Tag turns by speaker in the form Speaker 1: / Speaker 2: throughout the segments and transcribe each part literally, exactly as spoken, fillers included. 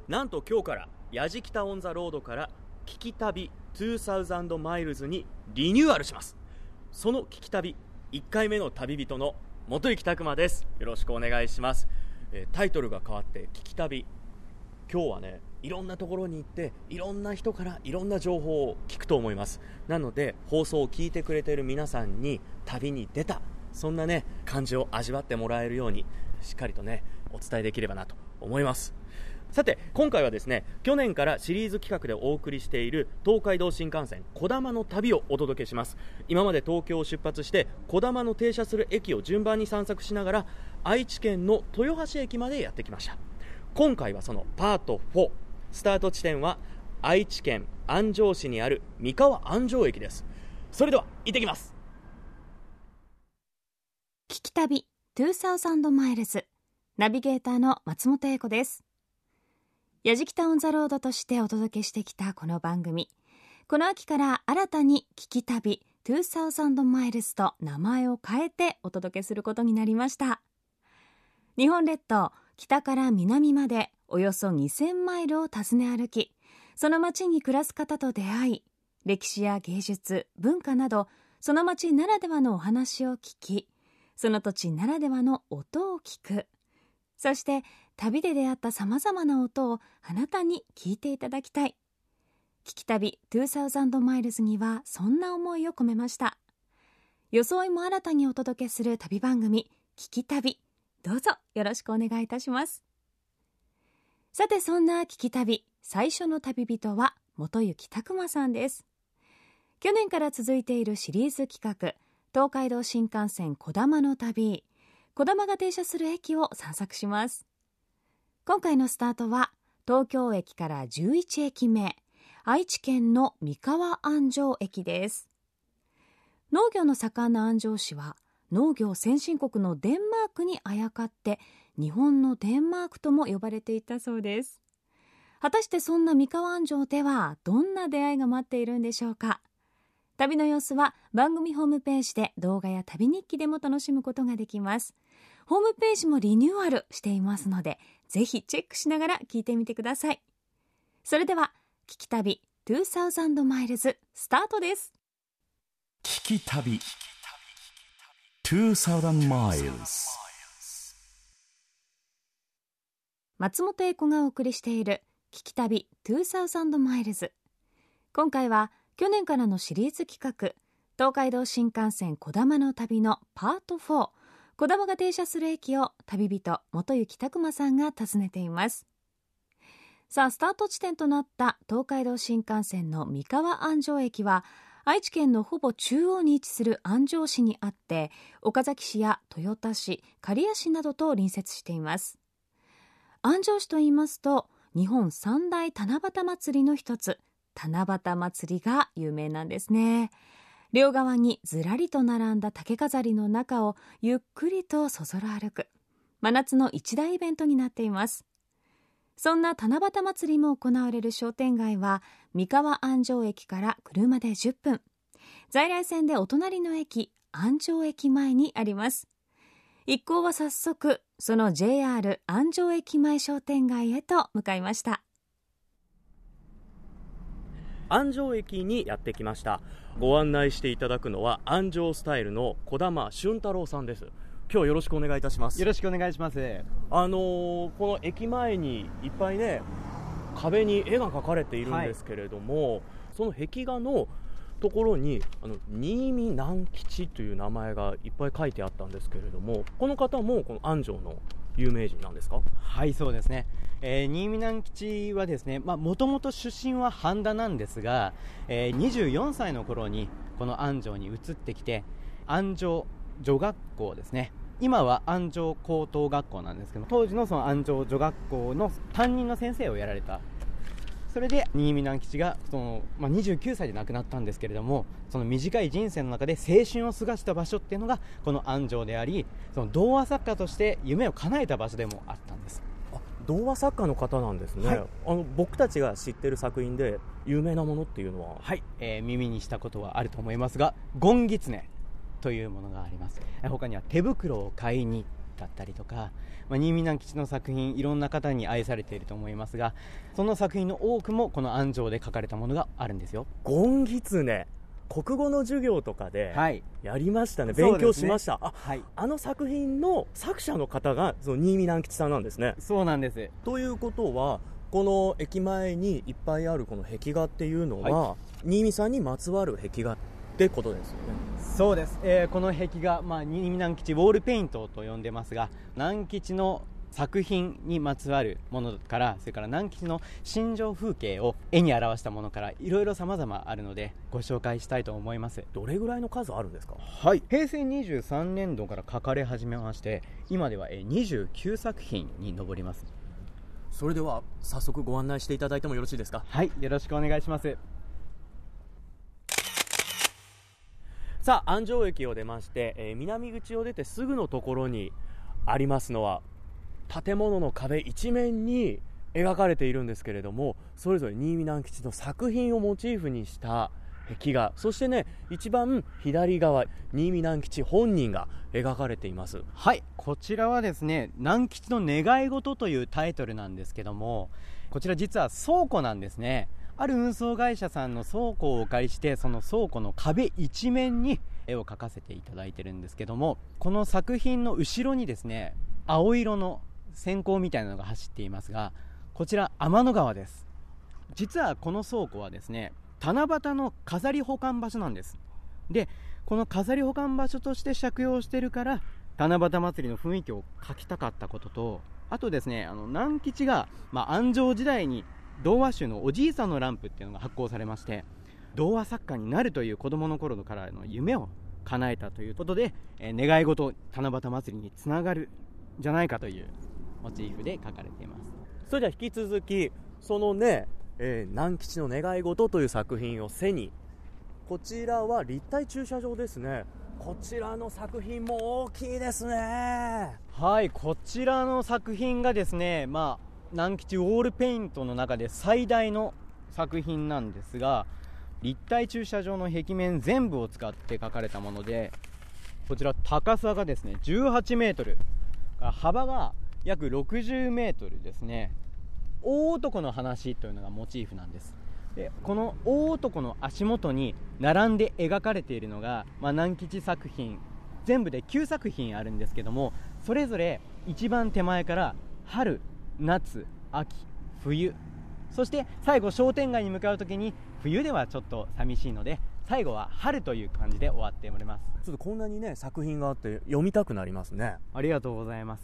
Speaker 1: なんと今日からやじきたオンザロードから聞き旅にせんマイルズにリニューアルします。その聞き旅いっかいめの旅人の元行拓磨です。よろしくお願いします。えー、タイトルが変わって聞き旅、今日はねいろんなところに行っていろんな人からいろんな情報を聞くと思います。なので放送を聞いてくれている皆さんに旅に出たそんなね感じを味わってもらえるようにしっかりとねお伝えできればなと思います。さて今回はですね、去年からシリーズ企画でお送りしている東海道新幹線こだまの旅をお届けします。今まで東京を出発してこだまの停車する駅を順番に散策しながら愛知県の豊橋駅までやってきました。今回はそのパートフォー、スタート地点は愛知県安城市にある三河安城駅です。それでは行ってきます。
Speaker 2: 聞き旅にせんマイルズ、ナビゲーターの松本英子です。やじきたオンザロードとしてお届けしてきたこの番組、この秋から新たに聞き旅にせんマイルズと名前を変えてお届けすることになりました。日本列島北から南までおよそにせんマイルを訪ね歩き、その町に暮らす方と出会い、歴史や芸術、文化などその町ならではのお話を聞き、その土地ならではの音を聞く、そして旅で出会ったさまざまな音をあなたに聞いていただきたい。聞き旅にせんマイルズにはそんな思いを込めました。装いも新たにお届けする旅番組聞き旅、どうぞよろしくお願いいたします。さてそんな聞き旅、最初の旅人は元行拓磨さんです。去年から続いているシリーズ企画東海道新幹線こだまの旅、こだまが停車する駅を散策します。今回のスタートは東京駅からじゅういちえきめ、愛知県の三河安城駅です。農業の盛んな安城市は農業先進国のデンマークにあやかって日本のデンマークとも呼ばれていたそうです。果たしてそんな三河安城ではどんな出会いが待っているんでしょうか。旅の様子は番組ホームページで動画や旅日記でも楽しむことができます。ホームページもリニューアルしていますので、ぜひチェックしながら聞いてみてください。それでは聞き旅にせんマイルズスタートです。
Speaker 3: 聞き旅にせんマイルズ、
Speaker 2: 松本英子がお送りしている聞き旅にせんマイルズ。今回は去年からのシリーズ企画東海道新幹線こだまの旅のパートフォー、こだまが停車する駅を旅人元行拓磨さんが訪ねています。さあスタート地点となった東海道新幹線の三河安城駅は愛知県のほぼ中央に位置する安城市にあって、岡崎市や豊田市、刈谷市などと隣接しています。安城市といいますと日本三大七夕祭りの一つ、七夕祭りが有名なんですね。両側にずらりと並んだ竹飾りの中をゆっくりとそぞろ歩く真夏の一大イベントになっています。そんな七夕祭りも行われる商店街は三河安城駅から車でじゅっぷん、在来線でお隣の駅安城駅前にあります。一行は早速その ジェイアール 安城駅前商店街へと向かいました。
Speaker 1: 安城駅にやってきました。ご案内していただくのは安城スタイルの児玉俊太郎さんです。今日よろしくお願いいたします。
Speaker 4: よろしくお願いします。
Speaker 1: あのー、この駅前にいっぱいね壁に絵が描かれているんですけれども、はい、その壁画のところにあの新見南吉という名前がいっぱい書いてあったんですけれども、この方もこの安城の有名人なんですか？
Speaker 4: はい、そうですね。えー、新見南吉はですね、もともと出身は半田なんですが、えー、にじゅうよんさいの頃にこの安城に移ってきて、安城女学校ですね、今は安城高等学校なんですけど、当時のその安城女学校の担任の先生をやられた。それで新見南吉がその、まあ、にじゅうきゅうさいで亡くなったんですけれども、その短い人生の中で青春を過ごした場所っていうのがこの安城であり、その童話作家として夢を叶えた場所でもあったんです。
Speaker 1: あ、童話作家の方なんですね。はい、あの僕たちが知ってる作品で有名なものっていうのは、
Speaker 4: はい、えー、耳にしたことはあると思いますが、ゴンギツネというものがあります。他には手袋を買いに、 だったりとか、まあ、新見南吉の作品いろんな方に愛されていると思いますが、その作品の多くもこの安城で書かれたものがあるんですよ。
Speaker 1: ゴンギツネ、国語の授業とかでやりましたね、
Speaker 4: はい、
Speaker 1: 勉強しました、
Speaker 4: ね、あ、はい、
Speaker 1: あの作品の作者の方がその新見南吉さんなんですね。
Speaker 4: そうなんです。
Speaker 1: ということはこの駅前にいっぱいあるこの壁画っていうのは、はい、新見さんにまつわる壁画ってことですよね。
Speaker 4: そうです、えー、この壁画、まあ、新見南吉ウォールペイントと呼んでますが、南吉の作品にまつわるものから、それから南吉の心情風景を絵に表したものから、いろいろ様々あるのでご紹介したいと思います。
Speaker 1: どれぐらいの数あるんですか？
Speaker 4: はい、平成にじゅうさんねんどから描かれ始めまして、今ではにじゅうきゅうさくひんに上ります。
Speaker 1: それでは早速ご案内していただいてもよろしいですか？
Speaker 4: はい、よろしくお願いします。
Speaker 1: さあ、安城駅を出まして、えー、南口を出てすぐのところにありますのは、建物の壁一面に描かれているんですけれども、それぞれ新見南吉の作品をモチーフにした壁画、そしてね、一番左側、新見南吉本人が描かれています。
Speaker 4: はい、こちらはですね、南吉の願い事というタイトルなんですけども、こちら実は倉庫なんですね。ある運送会社さんの倉庫をお借りして、その倉庫の壁一面に絵を描かせていただいてるんですけども、この作品の後ろにですね、青色の線香みたいなのが走っていますが、こちら天の川です。実はこの倉庫はですね、七夕の飾り保管場所なんです。で、この飾り保管場所として借用してるから、七夕祭りの雰囲気を描きたかったことと、あとですね、あの南吉が、まあ、安城時代に童話集のおじいさんのランプっていうのが発行されまして、童話作家になるという子供の頃からの夢を叶えたということで、えー、願い事七夕祭りにつながるんじゃないかというモチーフで書かれています。
Speaker 1: それでは引き続きそのね、えー、南吉の願い事という作品を背に、こちらは立体駐車場ですね。こちらの作品も大きいですね。
Speaker 4: はい、こちらの作品がですね、まあ南吉ウォールペイントの中で最大の作品なんですが、立体駐車場の壁面全部を使って描かれたもので、こちら高さがですねじゅうはちメートル、幅が約ろくじゅうメートルですね。大男の話というのがモチーフなんです。で、この大男の足元に並んで描かれているのが、まあ、南吉作品全部できゅうさくひんあるんですけども、それぞれ一番手前から春、夏、秋、冬、そして最後商店街に向かうときに、冬ではちょっと寂しいので最後は春という感じで終わっております。
Speaker 1: ちょっとこんなにね作品があって読みたくなりますね。
Speaker 4: ありがとうございます。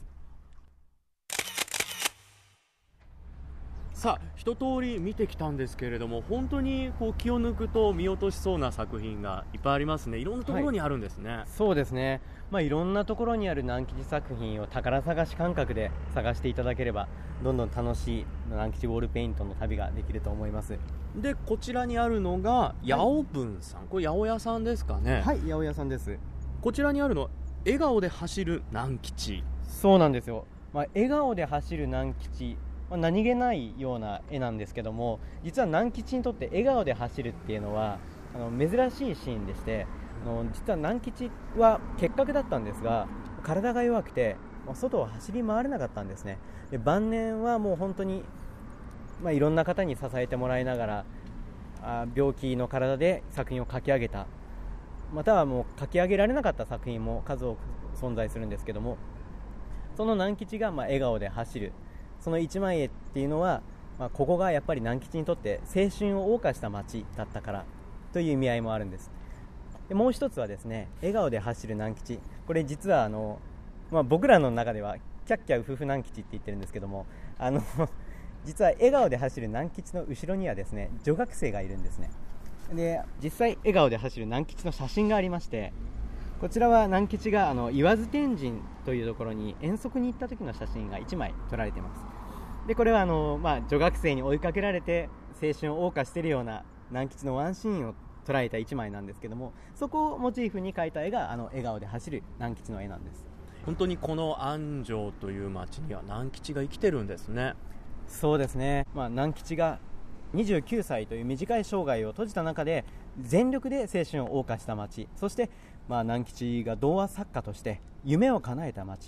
Speaker 1: さあ、一通り見てきたんですけれども、本当にこう気を抜くと見落としそうな作品がいっぱいありますね。いろんなところにあるんですね。
Speaker 4: はい、そうですね、まあ、いろんなところにある南吉作品を宝探し感覚で探していただければ、どんどん楽しい南吉ウォールペイントの旅ができると思います。
Speaker 1: で、こちらにあるのが八百文さん、はい、これ八百屋さんですかね。
Speaker 4: はい、八百屋さんです。
Speaker 1: こちらにあるのは笑顔で走る南吉。
Speaker 4: そうなんですよ、まあ、笑顔で走る南吉、まあ、何気ないような絵なんですけども、実は南吉にとって笑顔で走るっていうのはあの珍しいシーンでして、あの実は南吉は結核だったんですが、体が弱くて、まあ、外を走り回れなかったんですね。で、晩年はもう本当に、まあ、いろんな方に支えてもらいながら、あ病気の体で作品を描き上げた、またはもう描き上げられなかった作品も数多く存在するんですけども、その南吉がまあ笑顔で走る、その一枚絵っていうのは、まあ、ここがやっぱり南吉にとって青春を謳歌した街だったからという意味合いもあるんです。で、もう一つはですね、笑顔で走る南吉、これ実はあの、まあ、僕らの中ではキャッキャウフフ南吉って言ってるんですけども、あの実は笑顔で走る南吉の後ろにはですね、女学生がいるんですね。で、実際笑顔で走る南吉の写真がありまして、こちらは南吉があの言わず天神というところに遠足に行った時の写真がいちまい撮られています。で、これはあの、まあ、女学生に追いかけられて青春を謳歌しているような南吉のワンシーンを捉えたいちまいなんですけども、そこをモチーフに描いた絵があの笑顔で走る南吉の絵なんです。
Speaker 1: 本当にこの安城という町には南吉が生きてるんですね。
Speaker 4: そうですね、まあ、南吉がにじゅうきゅうさいという短い生涯を閉じた中で全力で青春を謳歌した町、そして、まあ、南吉が童話作家として夢を叶えた町、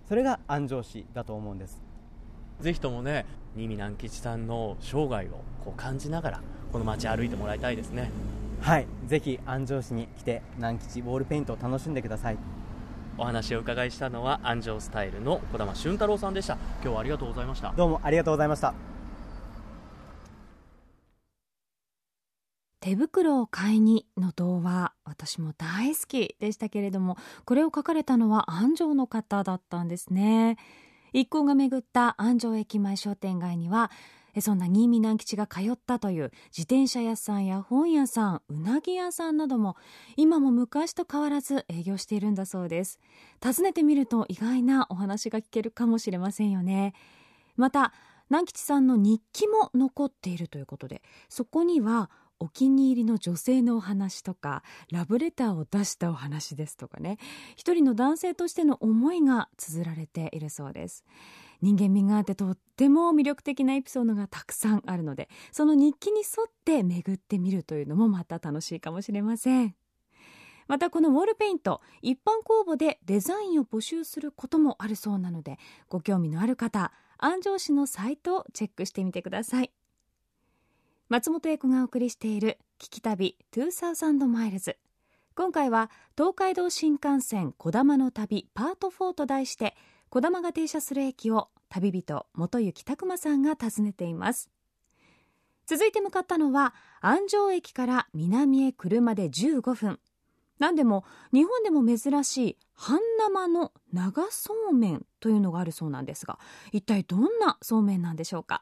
Speaker 4: それが安城市だと思うんです。
Speaker 1: ぜひともね、新見南吉さんの生涯をこう感じながらこの街歩いてもらいたいですね。
Speaker 4: はい、ぜひ安城市に来て南吉ウォールペイントを楽しんでください。
Speaker 1: お話を伺いしたのは安城スタイルの児玉俊太郎さんでした。今日はありがとうございました。
Speaker 4: どうもありがとうございました。
Speaker 2: 手袋を買いにの童話、私も大好きでしたけれども、これを書かれたのは安城の方だったんですね。一行が巡った安城駅前商店街には、そんな新見南吉が通ったという自転車屋さんや本屋さん、うなぎ屋さんなども今も昔と変わらず営業しているんだそうです。訪ねてみると意外なお話が聞けるかもしれませんよね。また南吉さんの日記も残っているということで、そこにはお気に入りの女性のお話とか、ラブレターを出したお話ですとかね、一人の男性としての思いが綴られているそうです。人間味があってとっても魅力的なエピソードがたくさんあるので、その日記に沿って巡ってみるというのもまた楽しいかもしれません。またこのウォールペイント、一般公募でデザインを募集することもあるそうなので、ご興味のある方、安城市のサイトをチェックしてみてください。松本英子がお送りしている聞き旅にせんマイルズ。今回は東海道新幹線こだまの旅パートフォーと題して、こだまが停車する駅を旅人元行拓磨さんが訪ねています。続いて向かったのは安城駅から南へ車でじゅうごふん。何でも日本でも珍しい半生の長そうめんというのがあるそうなんですが、一体どんなそうめんなんでしょうか。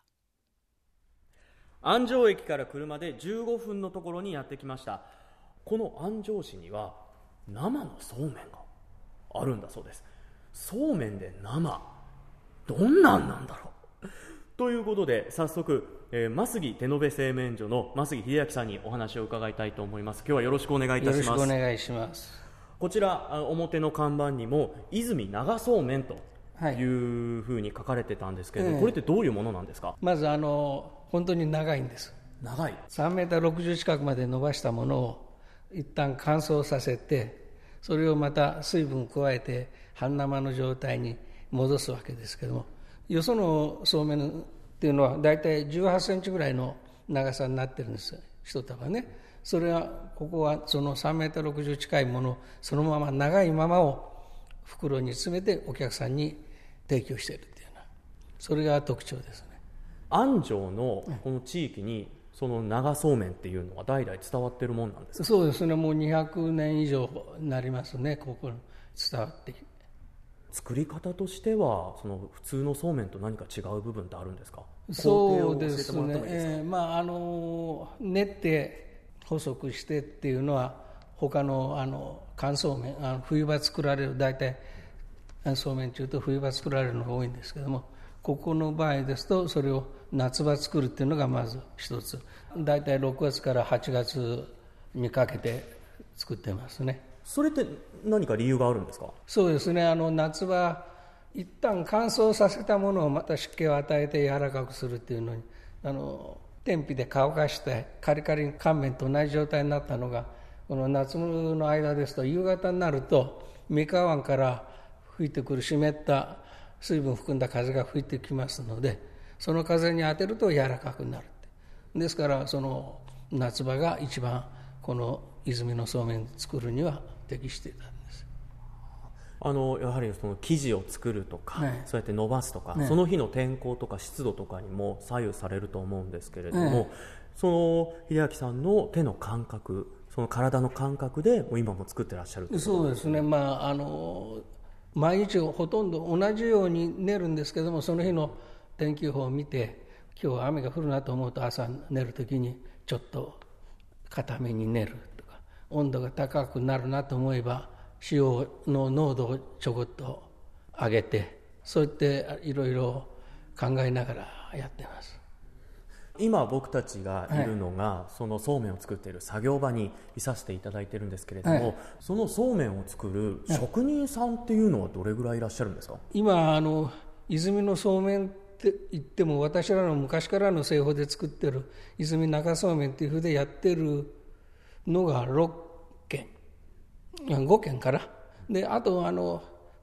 Speaker 1: 安城駅から車でじゅうごふんのところにやってきました。この安城市には生のそうめんがあるんだそうです。そうめんで生、どんなんなんだろうということで早速、えー、増木手延べ製麺所の増木秀明さんにお話を伺いたいと思います。今日はよろしくお願いいたします。
Speaker 5: よろしくお願いします。
Speaker 1: こちら表の看板にも泉長そうめんというふうに書かれてたんですけれど、はい、これってどういうものなんですか。
Speaker 5: まずあの本当に長いんです。
Speaker 1: 長い
Speaker 5: さんメーターろくじゅう近くまで伸ばしたものを一旦乾燥させて、それをまた水分を加えて半生の状態に戻すわけですけども、よそのそうめんっていうのはだいたいじゅうはちセンチぐらいの長さになってるんです、一束ね。それはここはそのさんメーターろくじゅう近いものをそのまま長いままを袋に詰めてお客さんに提供しているっていうような、それが特徴ですね。
Speaker 1: 安城のこの地域にその長そうめんっていうのは代々伝わってるもんなんですか。
Speaker 5: そうですね、もうにひゃくねん以上になりますね、ここに伝わって。
Speaker 1: 作り方としてはその普通のそうめんと何か違う部分ってあるんですか。
Speaker 5: そうですね、えーまあ、あの練って細くしてっていうのは他のあの乾そうめん、あの冬場作られる、大体そうめん中と冬場作られるのが多いんですけども、ここの場合ですとそれを夏場作るっていうのがまず一つ。大体ろくがつからはちがつにかけて作ってますね。
Speaker 1: それって何か理由があるんですか。
Speaker 5: そうですね、あの夏場一旦乾燥させたものをまた湿気を与えて柔らかくするっていうのに、あの天日で乾かしてカリカリ乾麺と同じ状態になったのが、この夏の間ですと夕方になると三河湾から吹いてくる湿った水分を含んだ風が吹いてきますので、その風に当てると柔らかくなる。ですからその夏場が一番この泉のそうめん作るには適していたんです。
Speaker 1: あのやはりその生地を作るとか、ね、そうやって伸ばすとか、ね、その日の天候とか湿度とかにも左右されると思うんですけれども、ね、その秀明さんの手の感覚、その体の感覚でもう今も作ってらっしゃる。
Speaker 5: そうですね、まあ、あの毎日ほとんど同じように練るんですけども、その日の天気予報を見て今日は雨が降るなと思うと朝練るときにちょっと固めに練るとか、温度が高くなるなと思えば塩の濃度をちょこっと上げて、そうやっていろいろ考えながらやってます。
Speaker 1: 今僕たちがいるのが、はい、そのそうめんを作っている作業場にいさせていただいてるんですけれども、はい、そのそうめんを作る職人さんっていうのはどれぐらいいらっしゃるんですか。
Speaker 5: 今あの泉のそうめんって言っても、私らの昔からの製法で作ってる泉長そうめんっていうふうでやってるのがろっけんごけんかな。であとあの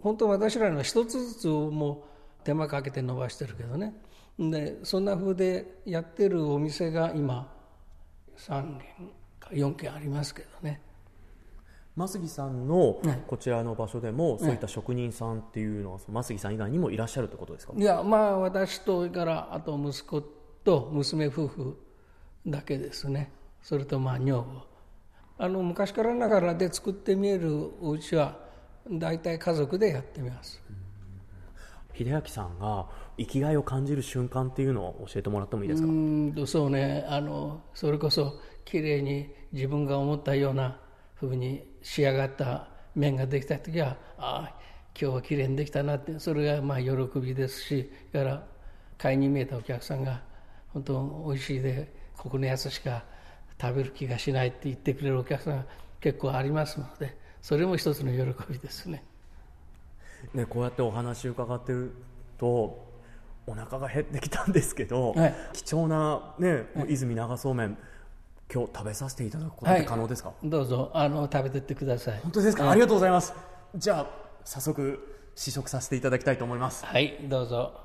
Speaker 5: 本当私らの一つずつも手間かけて伸ばしてるけどね。でそんな風でやってるお店が今さんけんかよんけんありますけどね。
Speaker 1: 増木さんのこちらの場所でも、ね、そういった職人さんっていうのは増木さん以外にもいらっしゃるってことですか？
Speaker 5: いや、まあ私とそれからあと息子と娘夫婦だけですね。それとまあ女房、あの昔からながらで作ってみえるお家は大体家族でやってみます。
Speaker 1: 秀明さんが生きがいを感じる瞬間っていうのを教えてもらってもいいですか？う
Speaker 5: ーんそうね、あのそれこそきれいに自分が思ったようなふうに仕上がった麺ができた時は、ああ今日はきれいにできたなって、それがまあ喜びですし、だから買いに見えたお客さんが本当おいしいでここのやつしか食べる気がしないって言ってくれるお客さんが結構ありますので、それも一つの喜びですね。
Speaker 1: ね、こうやってお話伺ってるとお腹が減ってきたんですけど、はい、貴重な、ね、はい、泉長そうめん今日食べさせていただくことって可能ですか？はい、
Speaker 5: どうぞあの食べてってください。
Speaker 1: 本当ですか？はい、ありがとうございます。じゃあ早速試食させていただきたいと思います。
Speaker 5: はい、どうぞ。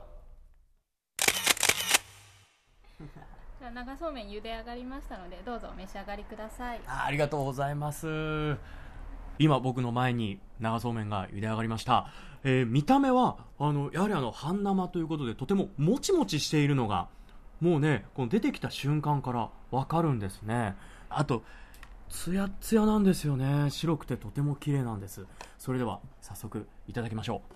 Speaker 6: じゃあ長そうめん茹で上がりましたのでどうぞお召し上がりください。
Speaker 1: あ, ありがとうございます。今僕の前に長そうめんが茹で上がりました。えー、見た目はあのやはりあの半生ということでとてももちもちしているのがもうね、この出てきた瞬間から分かるんですね。あとツヤツヤなんですよね。白くてとても綺麗なんです。それでは早速いただきましょう。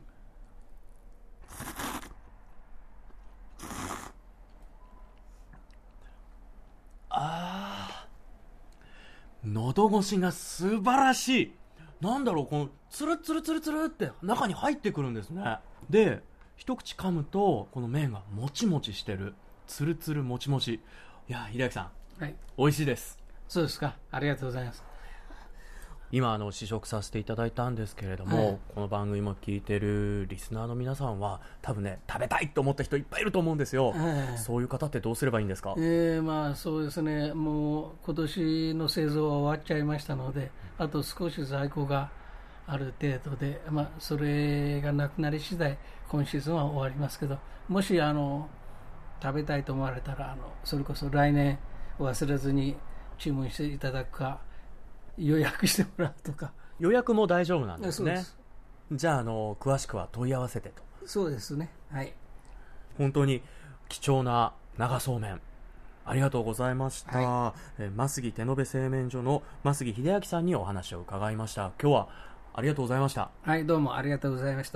Speaker 1: あー、喉越しが素晴らしい。なんだろう、このツルツルツルツルって中に入ってくるんですね。で一口噛むとこの麺がもちもちしてる、ツルツルもちもち。いや秀明さん、はい、美味しいです。
Speaker 5: そうですか、ありがとうございます。
Speaker 1: 今あの試食させていただいたんですけれども、はい、この番組も聞いてるリスナーの皆さんは多分ね食べたいと思った人いっぱいいると思うんですよ。はい、そういう方ってどうすればいいんですか？
Speaker 5: えー、まあそうですね、もう今年の製造は終わっちゃいましたので、あと少し在庫がある程度で、まあ、それがなくなり次第今シーズンは終わりますけど、もしあの食べたいと思われたらあのそれこそ来年忘れずに注文していただくか予約してもらうとか。
Speaker 1: 予約も大丈夫なんですね。
Speaker 5: そうです。じ
Speaker 1: ゃあ、あの詳しくは問い合わせてと。
Speaker 5: そうですね、はい。
Speaker 1: 本当に貴重な長そうめんありがとうございました。はい、え増木手延べ製麺所の増木秀明さんにお話を伺いました。今日はありがとうございました。
Speaker 5: はい、どうもありがとうございました。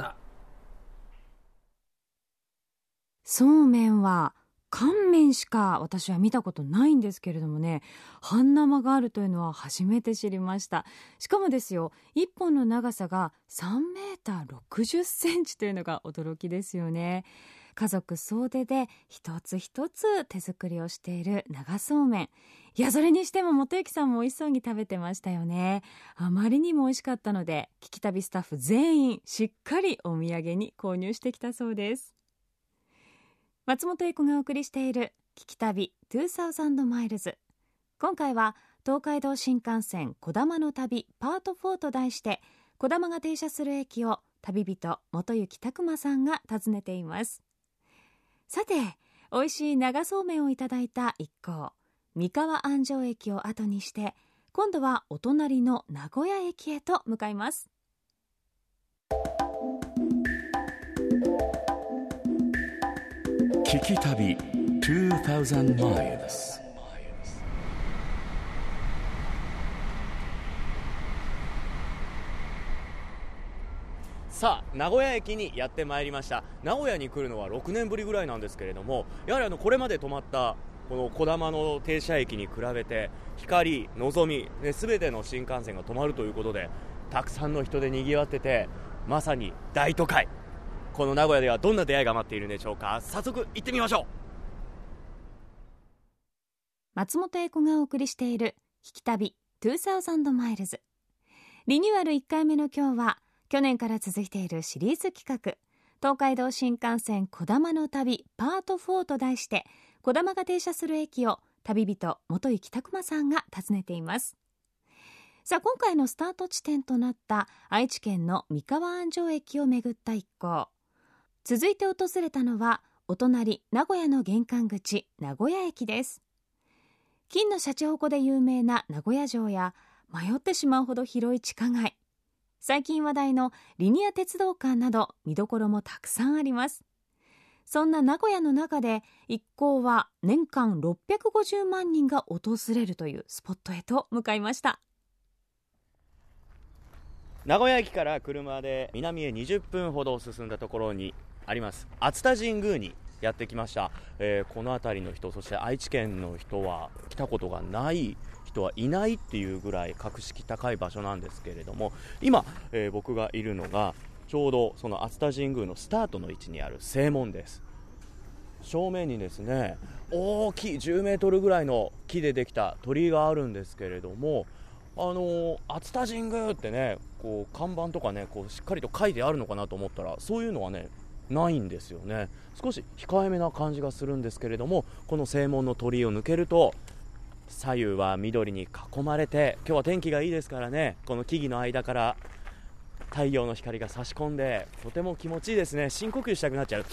Speaker 2: そうめんは乾麺しか私は見たことないんですけれどもね、半生があるというのは初めて知りました。しかもですよ、いっぽんの長さがさんメーターろくじゅっセンチというのが驚きですよね。家族総出で一つ一つ手作りをしている長そうめん。いや、それにしても元幸さんも美味しそうに食べてましたよね。あまりにも美味しかったので、聞き旅スタッフ全員しっかりお土産に購入してきたそうです。松本英子がお送りしている聞き旅にせんマイルズ。今回は東海道新幹線こだまの旅パートフォーと題して、こだまが停車する駅を旅人元幸拓馬さんが訪ねています。さて、美味しい長そうめんをいただいた一行、三河安城駅を後にして今度はお隣の名古屋駅へと向かいます。
Speaker 3: 聞き旅にせんマイルズ。
Speaker 1: さあ名古屋駅にやってまいりました。名古屋に来るのはろくねんぶりぐらいなんですけれども、やはりあのこれまで止まったこのこだまの停車駅に比べて光、のぞみ、ね、全ての新幹線が止まるということで、たくさんの人でにぎわってて、まさに大都会。この名古屋ではどんな出会いが待っているんでしょうか。早速行ってみましょう。
Speaker 2: 松本英子がお送りしている聞き旅にせんマイルズ。リニューアルいっかいめの今日は、去年から続いているシリーズ企画、東海道新幹線こだまの旅パートフォーと題して、こだまが停車する駅を旅人元幸拓馬さんが訪ねています。 さあ今回のスタート地点となった愛知県の三河安城駅を巡った一行、続いて訪れたのはお隣名古屋の玄関口名古屋駅です。金のシャチホコで有名な名古屋城や迷ってしまうほど広い地下街、最近話題のリニア鉄道館など見どころもたくさんあります。そんな名古屋の中で一行は年間ろっぴゃくごじゅうまんにんが訪れるというスポットへと向かいました。
Speaker 1: 名古屋駅から車で南へにじゅっぷんほど進んだところにあります熱田神宮にやってきました。えー、この辺りの人、そして愛知県の人は来たことがない人はいないっていうぐらい格式高い場所なんですけれども、今、えー、僕がいるのがちょうどその熱田神宮のスタートの位置にある正門です。正面にですね、大きいじゅうメートルぐらいの木でできた鳥居があるんですけれども、あのー、熱田神宮ってね、こう看板とかね、こうしっかりと書いてあるのかなと思ったら、そういうのはねないんですよね。少し控えめな感じがするんですけれども、この正門の鳥居を抜けると左右は緑に囲まれて、今日は天気がいいですからね、この木々の間から太陽の光が差し込んでとても気持ちいいですね。深呼吸したくなっちゃう。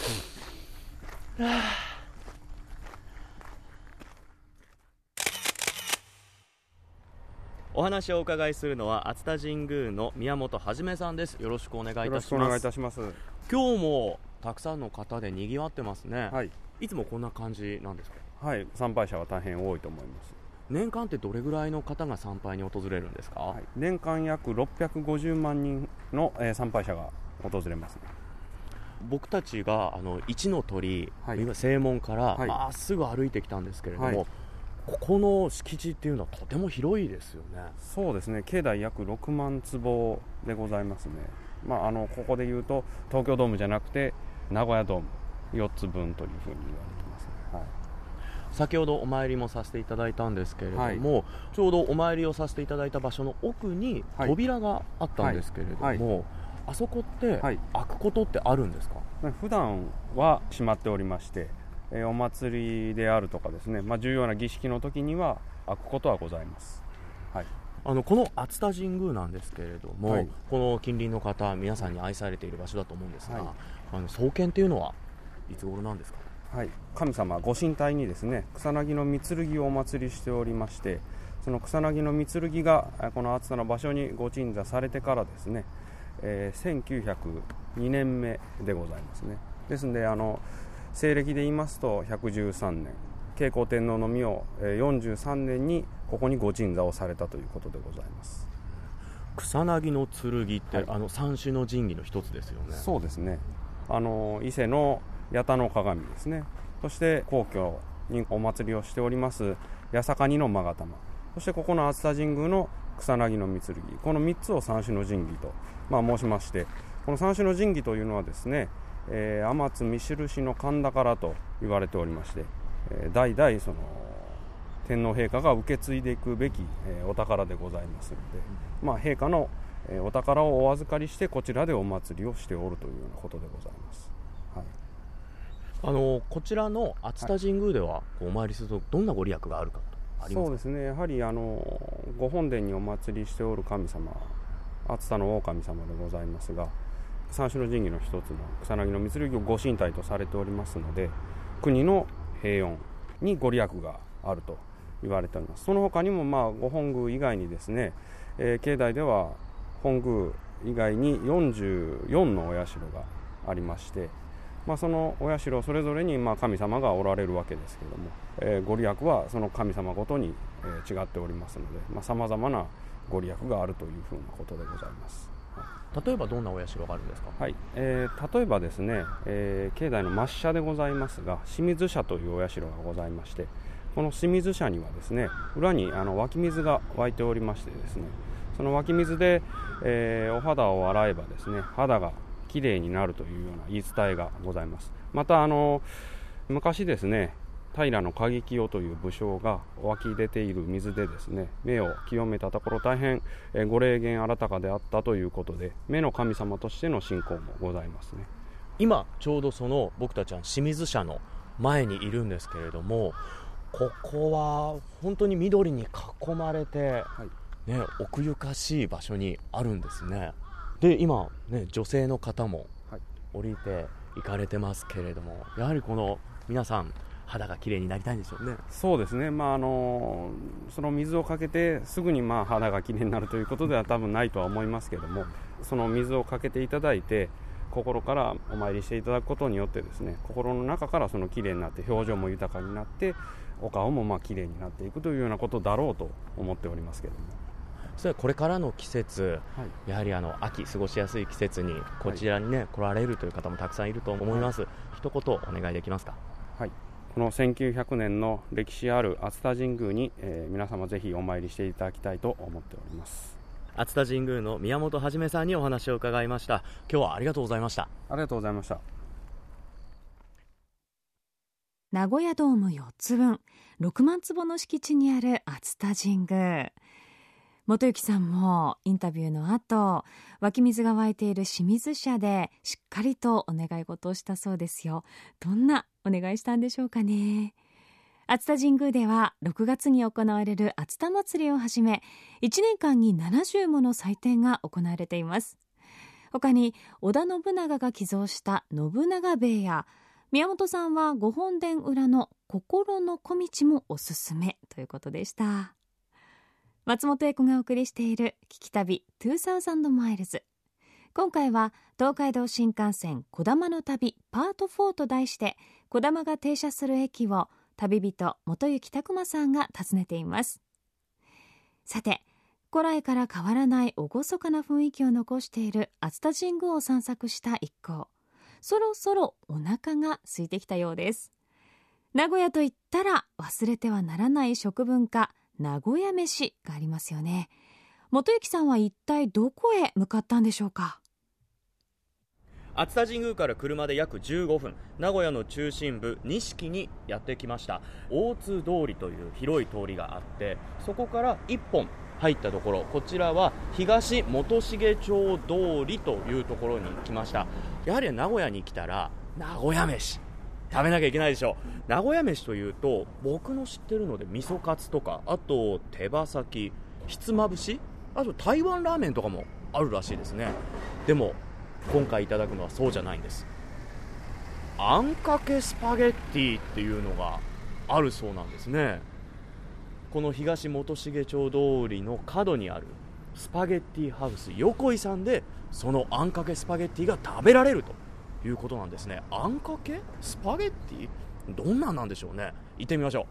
Speaker 1: お話をお伺いするのは熱田神宮の宮本はじめさんです。よろしくお願いいたします。
Speaker 7: よろしくお願いいたします。
Speaker 1: 今日もたくさんの方で賑わってますね。
Speaker 7: はい、
Speaker 1: いつもこんな感じなんですか？
Speaker 7: はい、参拝者は大変多いと思います。
Speaker 1: 年間ってどれぐらいの方が参拝に訪れるんですか？はい、
Speaker 7: 年間約ろっぴゃくごじゅうまんにんの、えー、参拝者が訪れます、ね。
Speaker 1: 僕たちがあの一の鳥居、はい、正門からま、はい、っすぐ歩いてきたんですけれども、はい、ここの敷地っていうのはとても広いですよね。
Speaker 7: そうですね、境内約ろくまんつぼでございますね。まあ、あのここでいうと東京ドームじゃなくて名古屋ドームよっつぶんというふうに言われてますね。はい、
Speaker 1: 先ほどお参りもさせていただいたんですけれども、はい、ちょうどお参りをさせていただいた場所の奥に扉があったんですけれども、はいはいはい、あそこって開くことってあるんですか？
Speaker 7: 普段は閉まっておりまして、お祭りであるとかですね、まあ、重要な儀式の時には開くことはございます。はい、
Speaker 1: あのこの熱田神宮なんですけれども、はい、この近隣の方皆さんに愛されている場所だと思うんですが、はい、あの創建というのはいつ頃なんですか？
Speaker 7: はい、神様ご神体にですね、草薙の御剣をお祭りしておりまして、その草薙の御剣がこの熱田の場所にご鎮座されてからですね、えー、せんきゅうひゃくにねんめでございますね。ですのであの西暦で言いますとひゃくじゅうさんねん、慶光天皇の御をよんじゅうさんねんにここにご鎮座をされたということでございます。
Speaker 1: 草薙の剣って、はい、あの三種の神器の一つですよね。
Speaker 7: そうですね、あの伊勢の八田の鏡ですね、そして皇居にお祭りをしております八坂二の勾玉、そしてここの熱田神宮の草薙の御剣、このみっつを三種の神器と、まあ、申しまして、この三種の神器というのはですね、えー、天津見印の神宝と言われておりまして、えー、代々その天皇陛下が受け継いでいくべき、えー、お宝でございますので、まあ、陛下の、えー、お宝をお預かりしてこちらでお祭りをしておるというようなことでございます。はい、
Speaker 1: あのこちらの熱田神宮では、はい、お参りするとどんなご利益があるかとありますか？
Speaker 7: そうですね、やはりあのご本殿にお祭りしておる神様、熱田の大神様でございますが、三種の神器の一つの草薙の御剣をご神体とされておりますので、国の平穏にご利益があると言われております。その他にも、まあ、ご本宮以外にですね、えー、境内では本宮以外によんじゅうよんのお社がありまして、まあ、そのお社それぞれにまあ神様がおられるわけですけれども、えー、ご利益はその神様ごとに、えー、違っておりますので、さまざ、まなご利益があるというふうなことでございます。
Speaker 1: 例えばどんなお社があるんですか？
Speaker 7: はい、えー、例えばですね、えー、境内の末社でございますが、清水社というお社がございまして、この清水社にはですね、裏にあの湧き水が湧いておりましてですね、その湧き水で、えー、お肌を洗えばですね、肌がきれいになるというような言い伝えがございます。またあの昔ですね、平景清という武将が湧き出ている水でですね、目を清めたところ大変ご霊験新たかであったということで、目の神様としての信仰もございますね。
Speaker 1: 今ちょうどその僕たちは清水社の前にいるんですけれども、ここは本当に緑に囲まれて、はい、 ね、奥ゆかしい場所にあるんですね。で今、ね、女性の方も降りて行かれてますけれども、やはりこの皆さん肌がきれいになりたいんでしょうね。
Speaker 7: そうですね、まあ、あのその水をかけてすぐにまあ肌がきれいになるということでは多分ないとは思いますけども、その水をかけていただいて心からお参りしていただくことによってですね、心の中からそのきれいになって表情も豊かになってお顔もまあきれいになっていくというようなことだろうと思っておりますけども、
Speaker 1: それはこれからの季節、はい、やはりあの秋過ごしやすい季節にこちらに、ね、はい、来られるという方もたくさんいると思います、はい、一言お願いできますか。
Speaker 7: はい、このせんきゅうひゃくねんの歴史ある熱田神宮に、えー、皆様ぜひお参りしていただきたいと思っております。
Speaker 1: 熱田神宮の宮本はじめさんにお話を伺いました。今日はありがとうございました。
Speaker 7: ありがとうございました。
Speaker 2: 名古屋ドームよっつぶん、ろくまんつぼの敷地にある熱田神宮。元幸さんもインタビューの後、湧き水が湧いている清水社でしっかりとお願い事をしたそうですよ。どんなお願いしたんでしょうかね。熱田神宮ではろくがつに行われる熱田祭りをはじめ、いちねんかんにななじゅうもの祭典が行われています。他に織田信長が寄贈した信長塀や、宮本さんは御本殿裏の心の小道もおすすめということでした。松本英子がお送りしている聞き旅にせんマイルズ。今回は東海道新幹線こだまの旅パートフォーと題して、こだまが停車する駅を旅人元行拓磨さんが訪ねています。さて、古来から変わらない厳かな雰囲気を残している熱田神宮を散策した一行、そろそろお腹が空いてきたようです。名古屋といったら忘れてはならない食文化、名古屋飯がありますよね。元行さんは一体どこへ向かったんでしょうか。
Speaker 1: 熱田神宮から車で約じゅうごふん、名古屋の中心部錦にやってきました。大津通りという広い通りがあって、そこから一本入ったところ、こちらは東元重町通りというところに来ました。やはり名古屋に来たら名古屋飯食べなきゃいけないでしょう。名古屋飯というと、僕の知ってるので味噌カツとか、あと手羽先、ひつまぶし、あと台湾ラーメンとかもあるらしいですね。でも今回いただくのはそうじゃないんです。あんかけスパゲッティっていうのがあるそうなんですね。この東元重町通りの角にあるスパゲッティハウス横井さんで、そのあんかけスパゲッティが食べられるということなんですね。あんかけスパゲッティ、どんなんなんでしょうね。行ってみましょう。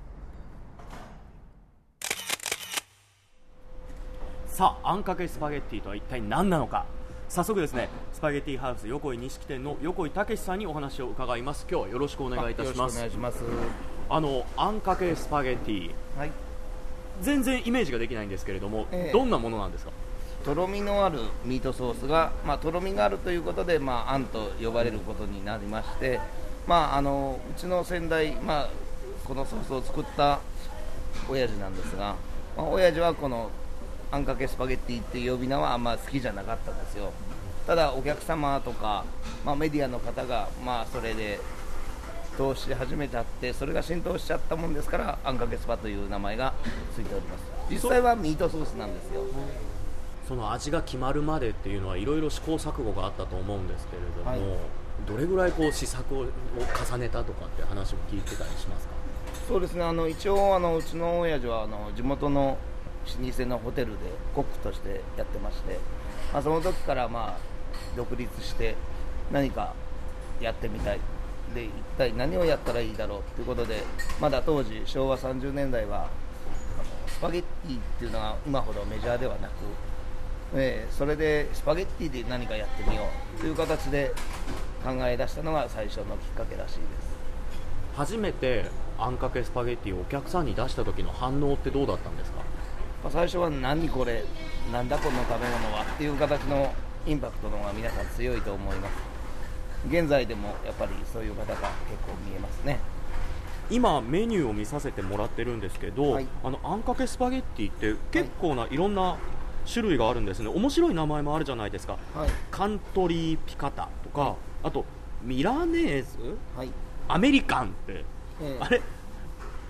Speaker 1: さあ、あんかけスパゲッティとは一体何なのか。早速ですね、スパゲッティハウス横井錦店の横井武さんにお話を伺います。今日はよろしくお願いいたします。
Speaker 8: よろしくお願いします。
Speaker 1: あのあんかけスパゲッティ、はい、全然イメージができないんですけれども、えー、どんなものなんですか。
Speaker 8: とろみのあるミートソースが、まあ、とろみがあるということで、まあ、あんと呼ばれることになりまして、まあ、あのうちの先代、まあ、このソースを作った親父なんですが、まあ、親父はこのあんかけスパゲッティっていう呼び名はあんま好きじゃなかったんですよ。ただお客様とか、まあ、メディアの方が、まあ、それで通し始めちゃって、それが浸透しちゃったもんですから、あんかけスパという名前がついております。実際はミートソースなんですよ。
Speaker 1: その味が決まるまでっていうのはいろいろ試行錯誤があったと思うんですけれども、はい、どれぐらいこう試作を重ねたとかって話も聞いてたりしますか。
Speaker 8: そうですね、あの一応あのうちの親父はあの地元の老舗のホテルでコックとしてやってまして、まあ、その時からまあ独立して何かやってみたいで、一体何をやったらいいだろうということで、まだ当時しょうわさんじゅうねんだいはあのスパゲッティっていうのは今ほどメジャーではなく、えー、それでスパゲッティで何かやってみようという形で考え出したのが最初のきっかけらしいです。
Speaker 1: 初めてあんかけスパゲッティをお客さんに出した時の反応ってどうだったんですか。
Speaker 8: まあ、最初は何これ、なんだこの食べ物はっていう形のインパクトの方が皆さん強いと思います。現在でもやっぱりそういう方が結構見えますね。
Speaker 1: 今メニューを見させてもらってるんですけど、はい、あのあんかけスパゲッティって結構ないろんな種類があるんですね。面白い名前もあるじゃないですか、はい、カントリーピカタとか、はい、あとミラネーズ、はい、アメリカンって、えー、あれ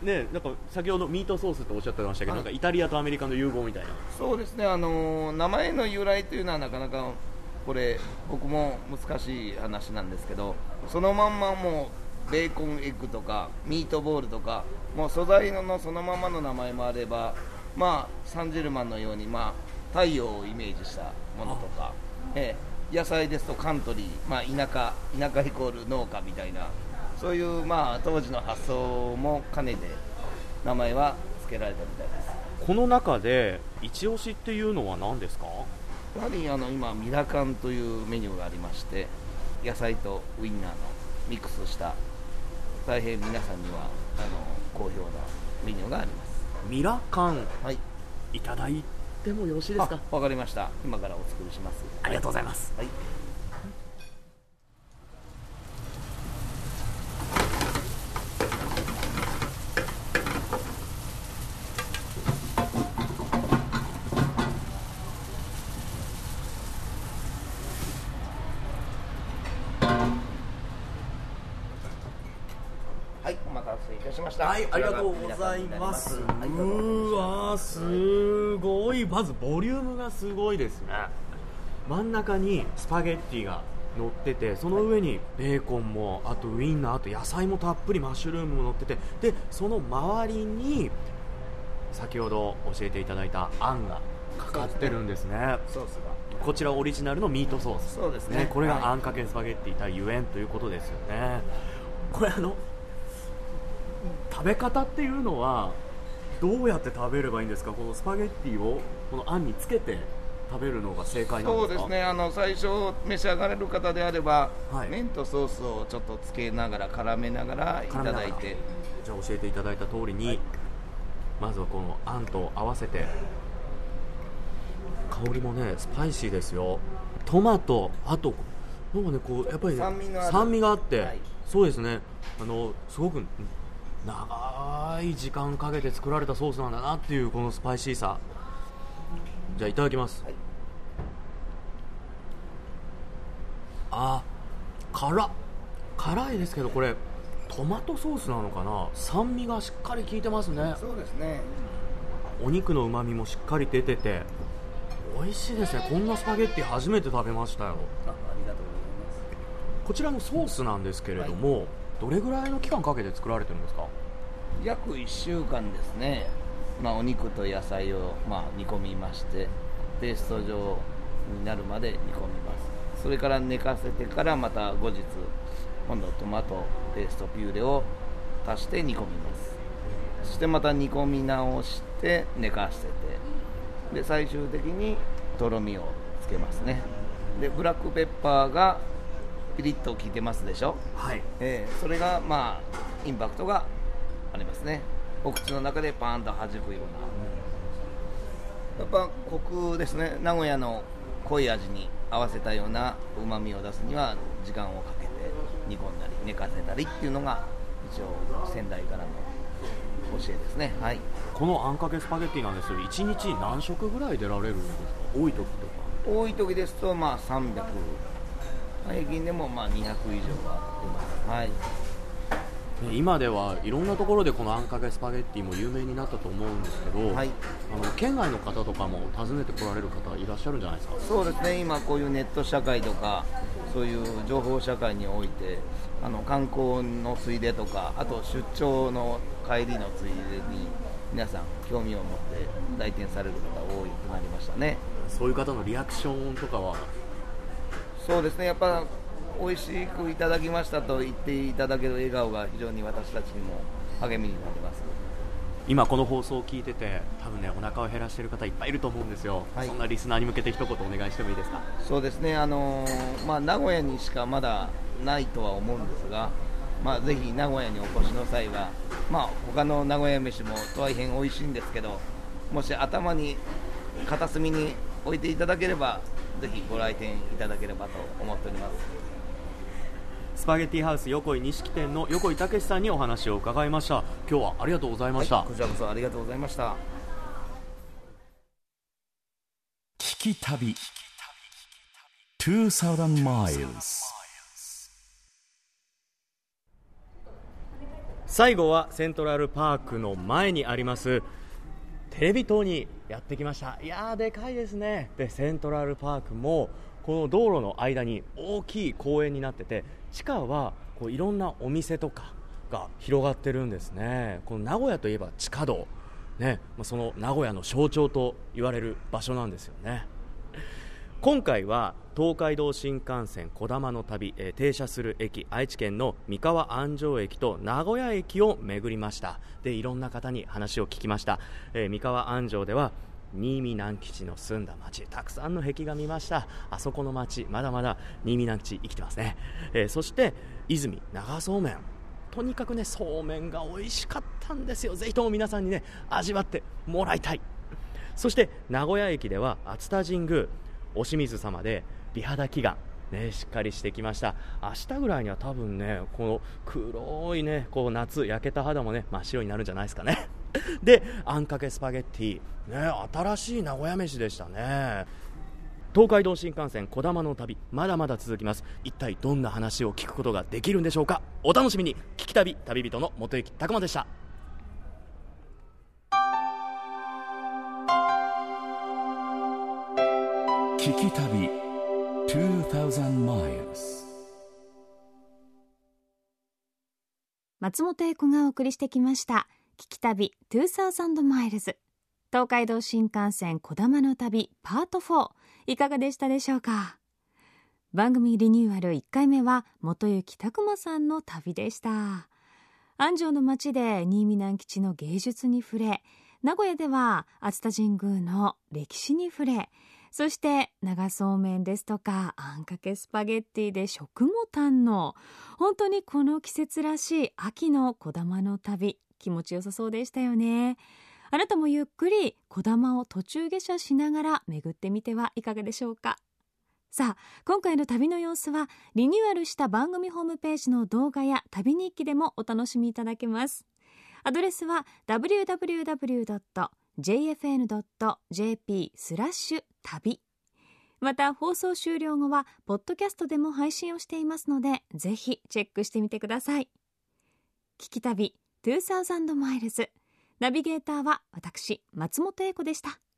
Speaker 1: ね、なんか先ほどミートソースとおっしゃってましたけど、
Speaker 8: はい、
Speaker 1: なんかイタリアとアメリカの融合みたいな。
Speaker 8: そうですね、あの名前の由来というのはなかなかこれ僕も難しい話なんですけど、そのまんまもうベーコンエッグとかミートボールとかもう素材のそのままの名前もあれば、まあ、サンジェルマンのように、まあ、太陽をイメージしたものとか、ええ、野菜ですとカントリー、まあ、田舎田舎イコール農家みたいな、そういう、まあ、当時の発想も兼ねて名前は付けられたみたいです。
Speaker 1: この中で一押しっていうのは何ですか？
Speaker 8: やはりあの今ミラカンというメニューがありまして、野菜とウインナーのミックスした大変皆さんにはあの好評なメニューがあります。
Speaker 1: ミラカン、
Speaker 8: はい、
Speaker 1: いただいてもよろしいですか？
Speaker 8: わかりました。今からお作りします。
Speaker 1: ありがとうございます。
Speaker 8: はい、はい、お待たせいたしました。
Speaker 1: はい、ありがとうございます。うーわー、すごい、まずボリュームがすごいですね。真ん中にスパゲッティが乗ってて、その上にベーコンも、あとウインナー、あと野菜もたっぷり、マッシュルームも乗ってて、でその周りに先ほど教えていただいたあんがかかってるんですね。
Speaker 8: ソースが
Speaker 1: こちらオリジナルのミートソース。
Speaker 8: そうですね。
Speaker 1: これがあんかけスパゲッティ対ゆえんということですよね。これあの食べ方っていうのはどうやって食べればいいんですか？このスパゲッティをこのあんにつけて食べるのが正解なんですか？
Speaker 8: そうですね、あの最初召し上がれる方であれば、
Speaker 1: はい、
Speaker 8: 麺とソースをちょっとつけながら絡めながらいただいて、
Speaker 1: じゃあ教えていただいた通りに、はい、まずはこのあんと合わせて、香りもねスパイシーですよ。トマト、あとなんかねこうやっぱり、ね、
Speaker 8: 酸味のある
Speaker 1: 酸味があって、はい、そうですね、あのすごく長い時間かけて作られたソースなんだなっていうこのスパイシーさ。じゃあいただきます。はい、あー、辛っ辛いですけど、これトマトソースなのかな。酸味がしっかり効いてますね。
Speaker 8: そうですね。
Speaker 1: お肉の旨味もしっかり出てて美味しいですね。こんなスパゲッティ初めて食べましたよ。あ、あ
Speaker 8: りがとうございます。
Speaker 1: こちらのソースなんですけれども、はい、どれぐらいの期間かけて作られてるんですか？
Speaker 8: 約いっしゅうかんですね。まあ、お肉と野菜をまあ煮込みまして、ペースト状になるまで煮込みます。それから寝かせてからまた後日今度トマトペーストピューレを足して煮込みます。そしてまた煮込み直して寝かせて、で最終的にとろみをつけますね。でブラックペッパーがピリッと効いてますでしょ。
Speaker 1: はい、
Speaker 8: えー、それがまあインパクトがありますね。お口の中でパーンと弾くような、やっぱコクですね。名古屋の濃い味に合わせたようなうまみを出すには時間をかけて煮込んだり寝かせたりっていうのが一応先代からの教えですね。はい、
Speaker 1: このあんかけスパゲッティなんですけど、いちにち何食ぐらい出られるんですか？多い時とか。
Speaker 8: 多い時ですとまあさんびゃく、平均でもまあにひゃく以上は出ます。はい、
Speaker 1: 今ではいろんなところでこのあんかけスパゲッティも有名になったと思うんですけど、はい、あの県外の方とかも訪ねてこられる方いらっしゃるんじゃないですか？
Speaker 8: そうですね、今こういうネット社会とかそういう情報社会において、あの観光のついでとか、あと出張の帰りのついでに皆さん興味を持って来店される方多くなりましたね。
Speaker 1: そういう方のリアクションとかは？
Speaker 8: そうですね、やっぱ美味しくいただきましたと言っていただける笑顔が非常に私たちにも励みになります。
Speaker 1: 今この放送を聞いてて多分ねお腹を減らしている方いっぱいいると思うんですよ、はい、そんなリスナーに向けて一言お願いしてもいいですか？
Speaker 8: そうですね、あのーまあ、名古屋にしかまだないとは思うんですが、まあ、ぜひ名古屋にお越しの際は、まあ、他の名古屋飯も大変美味しいんですけど、もし頭に片隅に置いていただければぜひご来店いただければと思っております。
Speaker 1: スパゲッティハウス横井錦店の横井武さんにお話を伺いました。今日はありがとうございました。
Speaker 8: はい、こちらこそありがとうございました。
Speaker 3: 聞き旅にせんマイルズ。
Speaker 1: 最後はセントラルパークの前にありますテレビ塔にやってきました。いやーでかいですね。でセントラルパークもこの道路の間に大きい公園になってて、地下はこういろんなお店とかが広がってるんですね。この名古屋といえば地下道、ね、その名古屋の象徴と言われる場所なんですよね。今回は東海道新幹線こだまの旅、えー、停車する駅愛知県の三河安城駅と名古屋駅を巡りました。でいろんな方に話を聞きました。えー、三河安城では新見南吉の住んだ町、たくさんの壁画見ました。あそこの町まだまだ新見南吉生きてますね。えー、そして泉長そうめん、とにかくねそうめんが美味しかったんですよ。ぜひとも皆さんにね味わってもらいたい。そして名古屋駅では熱田神宮お清水様で美肌祈願、ね、しっかりしてきました。明日ぐらいには多分ねこの黒いねこう夏焼けた肌もね真っ白になるんじゃないですかね。であんかけスパゲッティ、ね、新しい名古屋飯でしたね。東海道新幹線こだまの旅まだまだ続きます。一体どんな話を聞くことができるんでしょうか。お楽しみに。聞き旅旅人の元行拓磨でした。
Speaker 3: 聞き旅にせんマイルズ。
Speaker 2: 松本英子がお送りしてきました聞き旅にせんマイルズ、東海道新幹線こだまの旅パートフォー、いかがでしたでしょうか。番組リニューアルいっかいめは元行拓磨さんの旅でした。安城の町で新見南吉の芸術に触れ、名古屋では熱田神宮の歴史に触れ、そして長そうめんですとかあんかけスパゲッティで食も堪能。本当にこの季節らしい秋のこだまの旅、気持ちよさそうでしたよね。あなたもゆっくりこだまを途中下車しながら巡ってみてはいかがでしょうか。さあ今回の旅の様子はリニューアルした番組ホームページの動画や旅日記でもお楽しみいただけます。アドレスは ダブリューダブリューダブリュードットジェイエフエヌドットジェーピースラッシュ旅。また放送終了後はポッドキャストでも配信をしていますので、ぜひチェックしてみてください。聞き旅にせんマイルズ、ナビゲーターは私松本英子でした。